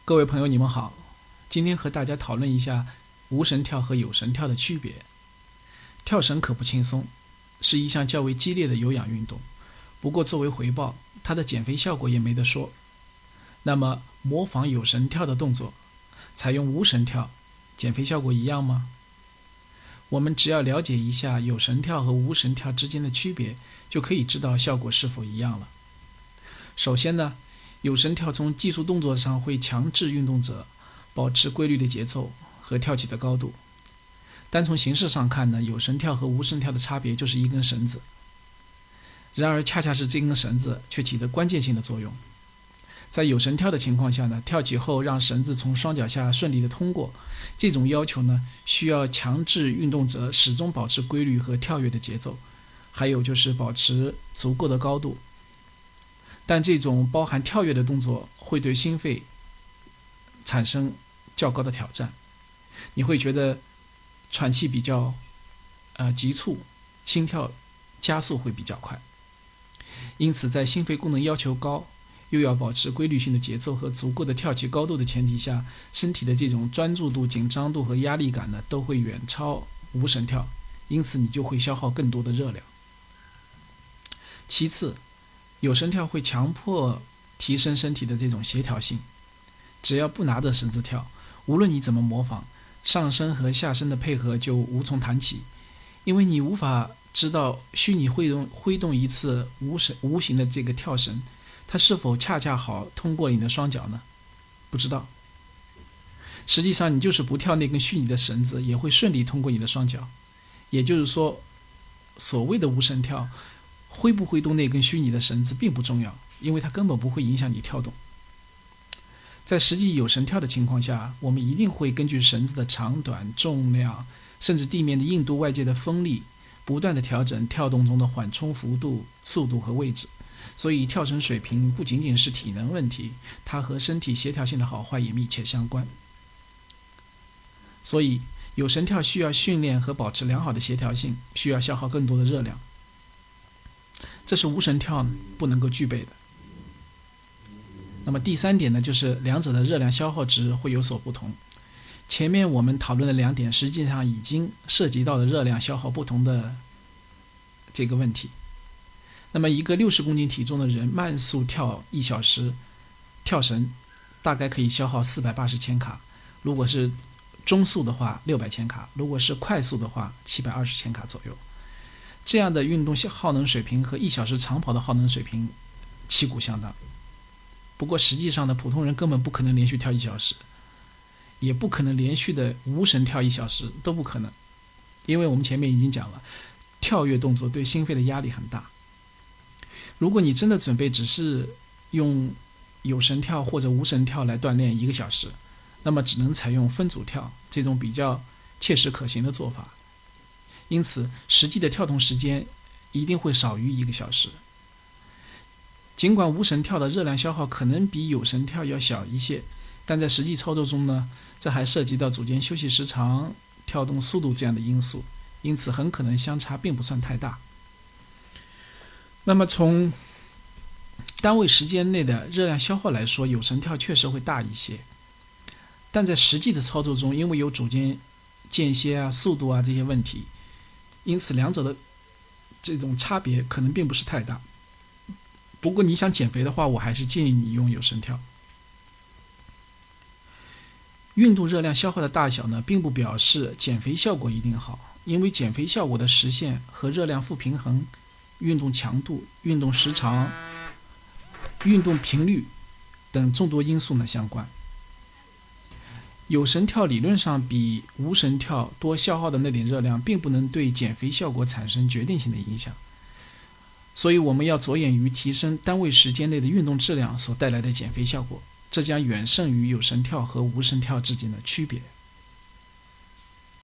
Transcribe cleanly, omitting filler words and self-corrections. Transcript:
各位朋友，你们好。今天和大家讨论一下无绳跳和有绳跳的区别。跳绳可不轻松，是一项较为激烈的有氧运动。不过作为回报，它的减肥效果也没得说。那么，模仿有绳跳的动作，采用无绳跳，减肥效果一样吗？我们只要了解一下有绳跳和无绳跳之间的区别，就可以知道效果是否一样了。首先呢，有绳跳从技术动作上会强制运动者保持规律的节奏和跳起的高度。单从形式上看呢，有绳跳和无绳跳的差别就是一根绳子。然而恰恰是这根绳子却起着关键性的作用。在有绳跳的情况下呢，跳起后让绳子从双脚下顺利的通过，这种要求呢，需要强制运动者始终保持规律和跳跃的节奏，还有就是保持足够的高度。但这种包含跳跃的动作会对心肺产生较高的挑战，你会觉得喘气比较急促，心跳加速会比较快。因此在心肺功能要求高，又要保持规律性的节奏和足够的跳起高度的前提下，身体的这种专注度、紧张度和压力感呢，都会远超无绳跳，因此你就会消耗更多的热量。其次，有绳跳会强迫提升身体的这种协调性。只要不拿着绳子跳，无论你怎么模仿，上身和下身的配合就无从谈起，因为你无法知道虚拟挥动一次无形的这个跳绳，它是否恰恰好通过你的双脚呢？不知道。实际上你就是不跳那根虚拟的绳子，也会顺利通过你的双脚。也就是说，所谓的无绳跳，挥不挥动那根虚拟的绳子并不重要，因为它根本不会影响你跳动。在实际有绳跳的情况下，我们一定会根据绳子的长短、重量，甚至地面的硬度、外界的风力，不断地调整跳动中的缓冲幅度、速度和位置。所以跳绳水平不仅仅是体能问题，它和身体协调性的好坏也密切相关。所以有绳跳需要训练和保持良好的协调性，需要消耗更多的热量，这是无绳跳不能够具备的。那么第三点呢，就是两者的热量消耗值会有所不同。前面我们讨论的两点实际上已经涉及到了热量消耗不同的这个问题。那么一个60公斤体重的人慢速跳1小时跳绳，大概可以消耗480千卡，如果是中速的话600千卡，如果是快速的话720千卡左右。这样的运动耗能水平和1小时长跑的耗能水平旗鼓相当。不过实际上呢，普通人根本不可能连续跳1小时，也不可能连续的无绳跳1小时，都不可能。因为我们前面已经讲了，跳跃动作对心肺的压力很大。如果你真的准备只是用有绳跳或者无绳跳来锻炼1个小时，那么只能采用分组跳这种比较切实可行的做法。因此实际的跳动时间一定会少于1个小时。尽管无绳跳的热量消耗可能比有绳跳要小一些，但在实际操作中呢，这还涉及到组间休息时长、跳动速度这样的因素，因此很可能相差并不算太大。那么从单位时间内的热量消耗来说，有绳跳确实会大一些，但在实际的操作中，因为有组间间歇速度这些问题，因此两者的这种差别可能并不是太大。不过你想减肥的话，我还是建议你用有绳跳。运动热量消耗的大小呢，并不表示减肥效果一定好，因为减肥效果的实现和热量负平衡、运动强度、运动时长、运动频率等众多因素呢相关。有绳跳理论上比无绳跳多消耗的那点热量，并不能对减肥效果产生决定性的影响。所以我们要着眼于提升单位时间内的运动质量所带来的减肥效果，这将远胜于有绳跳和无绳跳之间的区别。